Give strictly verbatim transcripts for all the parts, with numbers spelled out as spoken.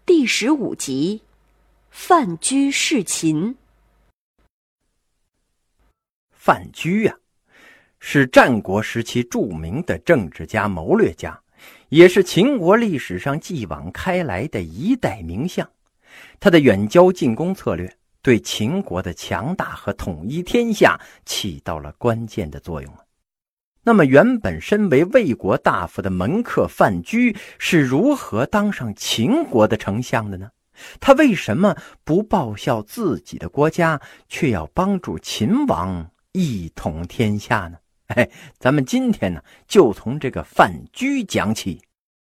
第十五集，范雎侍秦。 范雎呀、啊，是战国时期著名的政治家、谋略家，也是秦国历史上继往开来的一代名相。他的远交近攻策略对秦国的强大和统一天下起到了关键的作用。那么原本身为魏国大夫的门客范雎是如何当上秦国的丞相的呢？他为什么不报效自己的国家，却要帮助秦王一统天下呢？哎，咱们今天呢，就从这个范雎讲起。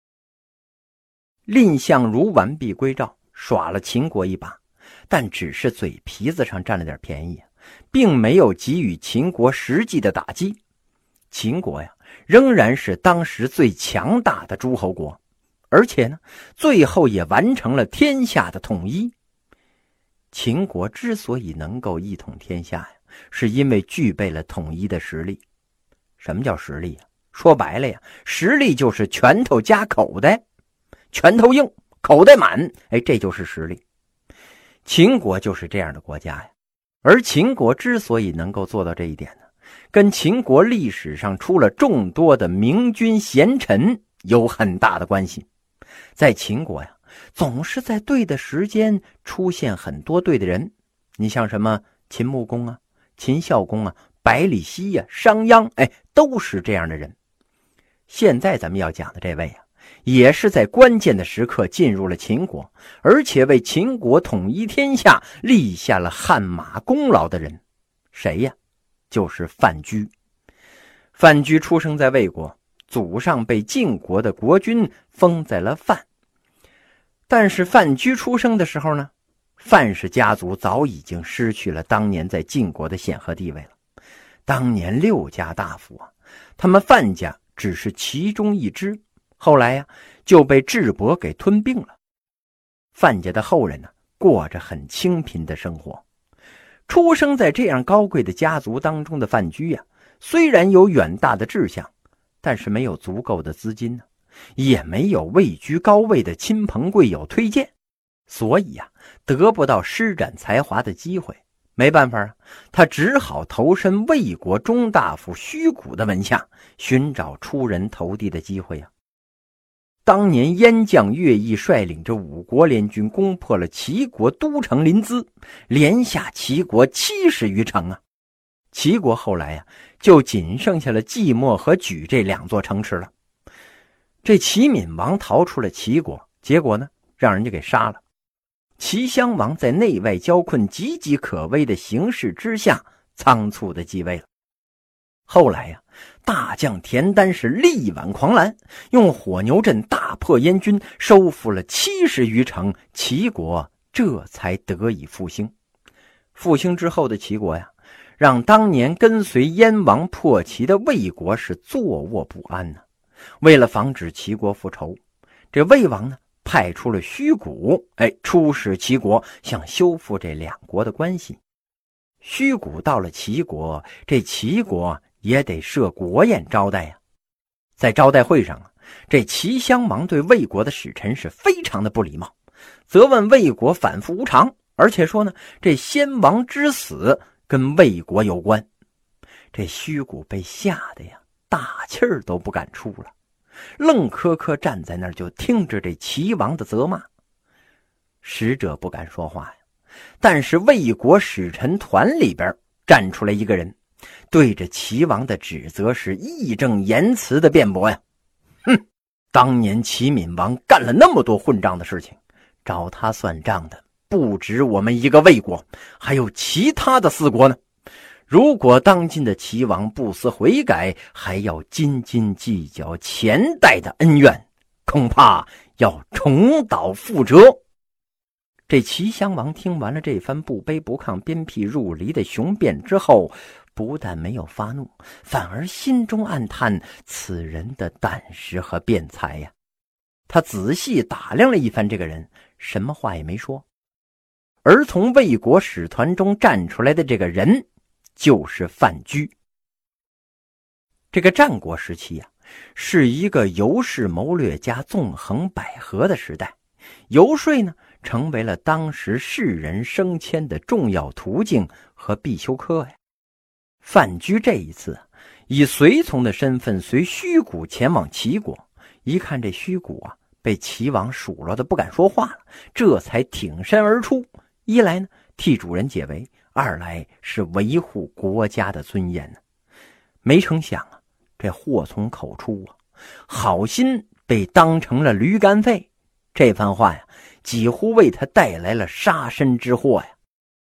蔺相如完璧归赵，耍了秦国一把，但只是嘴皮子上占了点便宜，并没有给予秦国实际的打击。秦国呀，仍然是当时最强大的诸侯国，而且呢，最后也完成了天下的统一。秦国之所以能够一统天下呀，是因为具备了统一的实力。什么叫实力呀？说白了呀，实力就是拳头加口袋，拳头硬，口袋满，哎，这就是实力。秦国就是这样的国家呀，而秦国之所以能够做到这一点呢，跟秦国历史上出了众多的明君贤臣有很大的关系。在秦国呀，总是在对的时间出现很多对的人。你像什么秦穆公啊、秦孝公啊、百里奚呀、商鞅，哎，都是这样的人。现在咱们要讲的这位啊，也是在关键的时刻进入了秦国，而且为秦国统一天下立下了汗马功劳的人。谁呀？就是范雎。范雎出生在魏国，祖上被晋国的国君封在了范。但是范雎出生的时候呢，范氏家族早已经失去了当年在晋国的显赫地位了。当年六家大夫啊，他们范家只是其中一支，后来呀、啊、就被智伯给吞并了。范家的后人呢，过着很清贫的生活。出生在这样高贵的家族当中的范雎呀、啊，虽然有远大的志向，但是没有足够的资金呢，也没有位居高位的亲朋贵友推荐，所以呀、啊，得不到施展才华的机会。没办法啊，他只好投身魏国中大夫虚谷的门下，寻找出人头地的机会啊。当年燕将乐毅率领着五国联军攻破了齐国都城临淄，连下齐国七十余城啊。齐国后来呀、啊，就仅剩下了寂寞和莒这两座城池了。这齐闵王逃出了齐国，结果呢，让人家给杀了。齐襄王在内外交困、岌岌可危的形势之下，仓促的继位了。后来呀、啊，大将田丹是力挽狂澜，用火牛阵大破燕军，收复了七十余城，齐国这才得以复兴。复兴之后的齐国呀，让当年跟随燕王破齐的魏国是坐卧不安呢、啊。为了防止齐国复仇，这魏王呢，派出了虚谷，哎，出使齐国，想修复这两国的关系。虚谷到了齐国，这齐国也得设国宴招待呀。在招待会上啊，这齐襄王对魏国的使臣是非常的不礼貌，责问魏国反复无常，而且说呢，这先王之死跟魏国有关。这虚谷被吓得呀，大气儿都不敢出了，愣磕磕站在那儿，就听着这齐王的责骂。使者不敢说话呀，但是魏国使臣团里边站出来一个人，对着齐王的指责是义正言辞的辩驳呀。哼，当年齐闵王干了那么多混账的事情，找他算账的不止我们一个魏国，还有其他的四国呢。如果当今的齐王不思悔改，还要斤斤计较前代的恩怨，恐怕要重蹈覆辙。这齐襄王听完了这番不卑不亢、鞭辟入里的雄辩之后，不但没有发怒，反而心中暗叹此人的胆识和辩才呀。他仔细打量了一番这个人，什么话也没说。而从魏国使团中站出来的这个人就是范雎。这个战国时期啊，是一个游士谋略家纵横捭阖的时代， 游说呢成为了当时士人升迁的重要途径和必修课呀。范雎这一次以随从的身份随虚谷前往齐国，一看这虚谷啊被齐王数落的不敢说话了，这才挺身而出，一来呢替主人解围，二来是维护国家的尊严呢。没成想啊，这祸从口出啊，好心被当成了驴肝肺，这番话呀几乎为他带来了杀身之祸呀。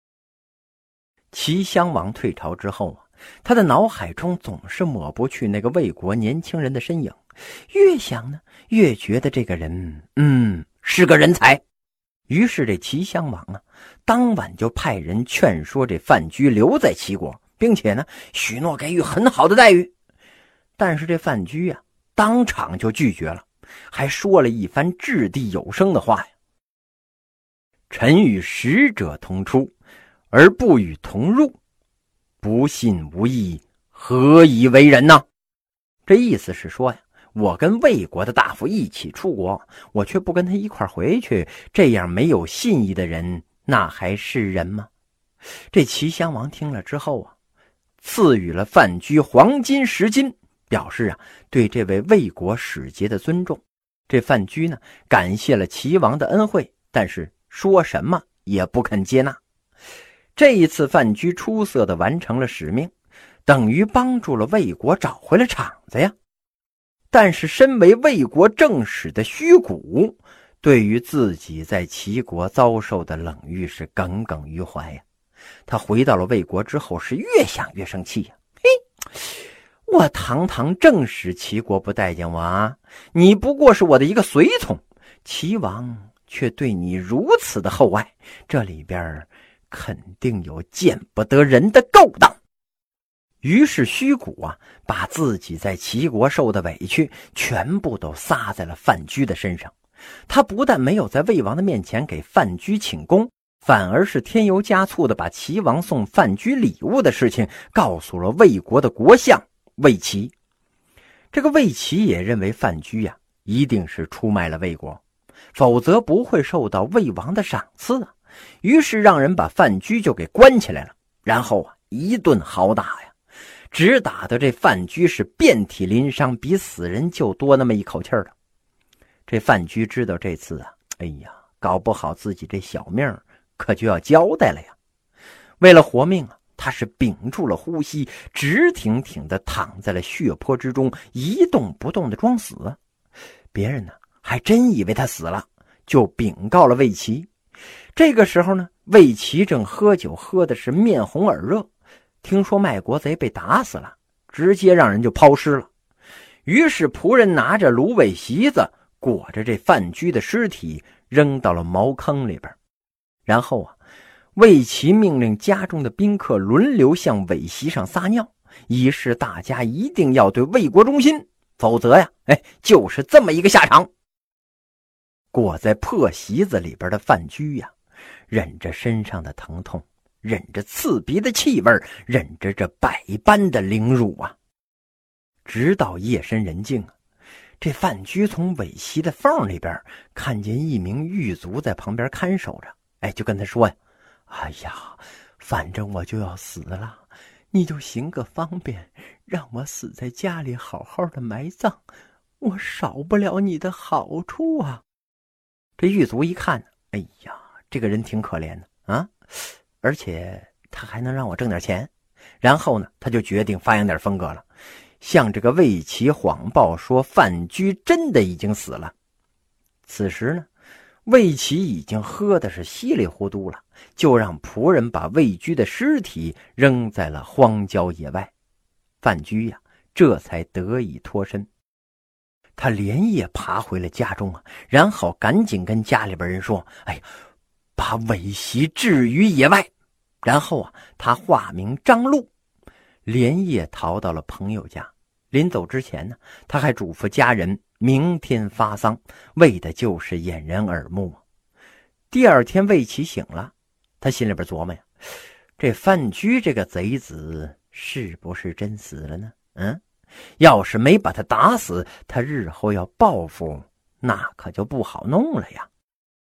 齐襄王退朝之后啊，他的脑海中总是抹不去那个魏国年轻人的身影，越想呢越觉得这个人嗯是个人才。于是这齐襄王啊当晚就派人劝说这范雎留在齐国，并且呢许诺给予很好的待遇。但是这范雎啊当场就拒绝了，还说了一番掷地有声的话呀：臣与使者同出，而不与同入，不信无义，何以为人呢？这意思是说呀，我跟魏国的大夫一起出国，我却不跟他一块回去，这样没有信义的人，那还是人吗？这齐襄王听了之后啊，赐予了范雎黄金十斤，表示啊对这位魏国使节的尊重。这范雎呢感谢了齐王的恩惠，但是说什么也不肯接纳。这一次范雎出色地完成了使命，等于帮助了魏国找回了场子呀。但是身为魏国正使的虚谷，对于自己在齐国遭受的冷遇是耿耿于怀呀。他回到了魏国之后是越想越生气呀。嘿，我堂堂正使齐国不待见我啊，你不过是我的一个随从，齐王却对你如此的厚爱，这里边肯定有见不得人的勾当。于是虚谷啊把自己在齐国受的委屈全部都撒在了范雎的身上。他不但没有在魏王的面前给范雎请功，反而是添油加醋的把齐王送范雎礼物的事情告诉了魏国的国相魏齐。这个魏齐也认为范雎呀、啊、一定是出卖了魏国，否则不会受到魏王的赏赐啊。于是让人把范雎就给关起来了，然后啊一顿好打呀，只打的这范雎是遍体鳞伤，比死人就多那么一口气儿了。这范雎知道这次啊，哎呀，搞不好自己这小命可就要交代了呀。为了活命啊，他是屏住了呼吸，直挺挺地躺在了血泊之中，一动不动地装死。别人呢还真以为他死了，就禀告了魏齐。这个时候呢，魏齐正喝酒喝的是面红耳热，听说卖国贼被打死了，直接让人就抛尸了。于是仆人拿着芦苇席子裹着这范雎的尸体扔到了茅坑里边。然后啊，魏齐命令家中的宾客轮流向苇席上撒尿，以示大家一定要对魏国忠心，否则呀，哎，就是这么一个下场。裹在破席子里边的范雎呀，忍着身上的疼痛，忍着刺鼻的气味，忍着这百般的凌辱啊。直到夜深人静，这范雎从苇席的缝里边看见一名狱卒在旁边看守着，哎，就跟他说呀：“哎呀，反正我就要死了，你就行个方便，让我死在家里好好的埋葬，我少不了你的好处啊。”这狱卒一看，哎呀，这个人挺可怜的啊，而且他还能让我挣点钱。然后呢，他就决定发扬点风格了，向这个魏齐谎报说范雎真的已经死了。此时呢，魏齐已经喝的是稀里糊涂了，就让仆人把魏雎的尸体扔在了荒郊野外。范雎呀，这才得以脱身。他连夜爬回了家中啊，然后赶紧跟家里边人说：“哎呀，把苇席置于野外。”然后啊，他化名张禄，连夜逃到了朋友家。临走之前呢，他还嘱咐家人明天发丧，为的就是掩人耳目。第二天魏齐醒了，他心里边琢磨呀，这范雎这个贼子是不是真死了呢？嗯，要是没把他打死，他日后要报复，那可就不好弄了呀。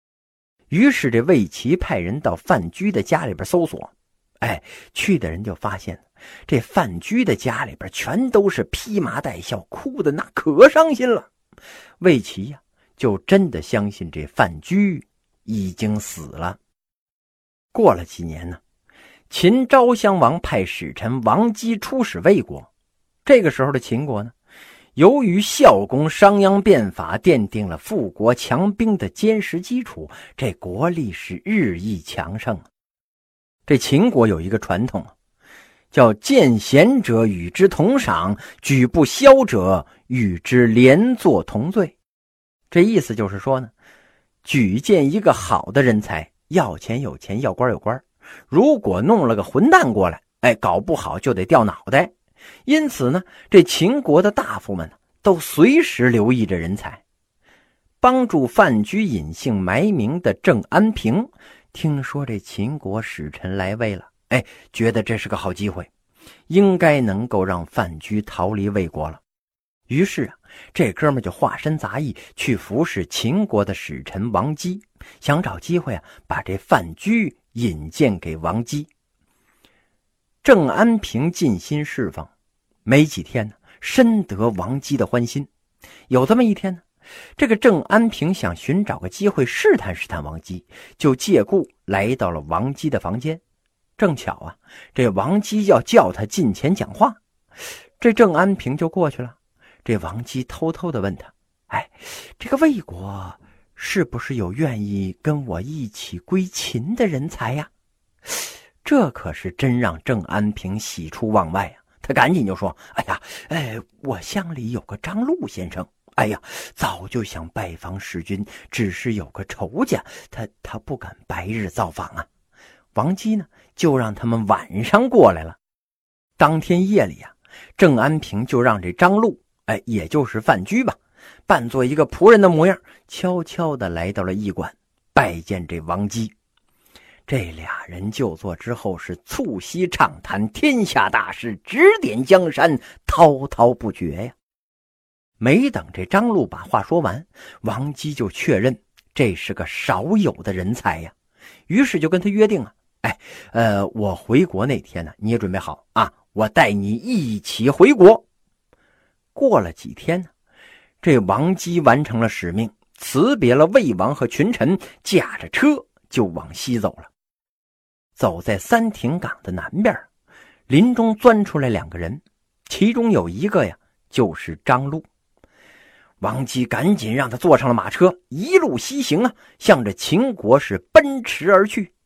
于是这魏齐派人到范雎的家里边搜索，哎，去的人就发现这范雎的家里边全都是披麻戴孝，哭的那可伤心了。魏齐呀、啊，就真的相信这范雎已经死了。过了几年呢，秦昭襄王派使臣王姬出使魏国。这个时候的秦国呢，由于孝公商鞅变法奠定了富国强兵的坚实基础，这国力是日益强盛。这秦国有一个传统，叫见贤者与之同赏，举不肖者与之连坐同罪。这意思就是说呢，举荐一个好的人才，要钱有钱，要官有官，如果弄了个混蛋过来，哎，搞不好就得掉脑袋。因此呢，这秦国的大夫们都随时留意着人才。帮助范雎隐姓埋名的郑安平听说这秦国使臣来魏了，哎，觉得这是个好机会，应该能够让范雎逃离魏国了。于是啊，这哥们就化身杂役去服侍秦国的使臣王姬，想找机会啊，把这范雎引荐给王姬。郑安平尽心侍奉，没几天呢，深得王姬的欢心。有这么一天呢，这个郑安平想寻找个机会试探试探王姬，就借故来到了王姬的房间。正巧啊，这王姬要叫他近前讲话，这郑安平就过去了。这王姬偷偷地问他，哎，这个魏国是不是有愿意跟我一起归秦的人才呀？这可是真让郑安平喜出望外啊！他赶紧就说，哎呀，哎，我乡里有个张禄先生，哎呀，早就想拜访使君，只是有个仇家，他他不敢白日造访啊。王姬呢，就让他们晚上过来了。当天夜里啊，郑安平就让这张禄，哎，也就是范雎吧，扮作一个仆人的模样，悄悄地来到了驿馆，拜见这王姬。这俩人就座之后是促膝畅谈天下大事，指点江山，滔滔不绝呀。没等这张禄把话说完，王姬就确认这是个少有的人才呀，于是就跟他约定啊，哎，呃，我回国那天呢，你也准备好啊，我带你一起回国。过了几天呢，这王姬完成了使命，辞别了魏王和群臣，驾着车就往西走了。走在三亭岗的南边，林中钻出来两个人，其中有一个呀，就是张禄。王姬赶紧让他坐上了马车，一路西行啊，向着秦国是奔驰而去。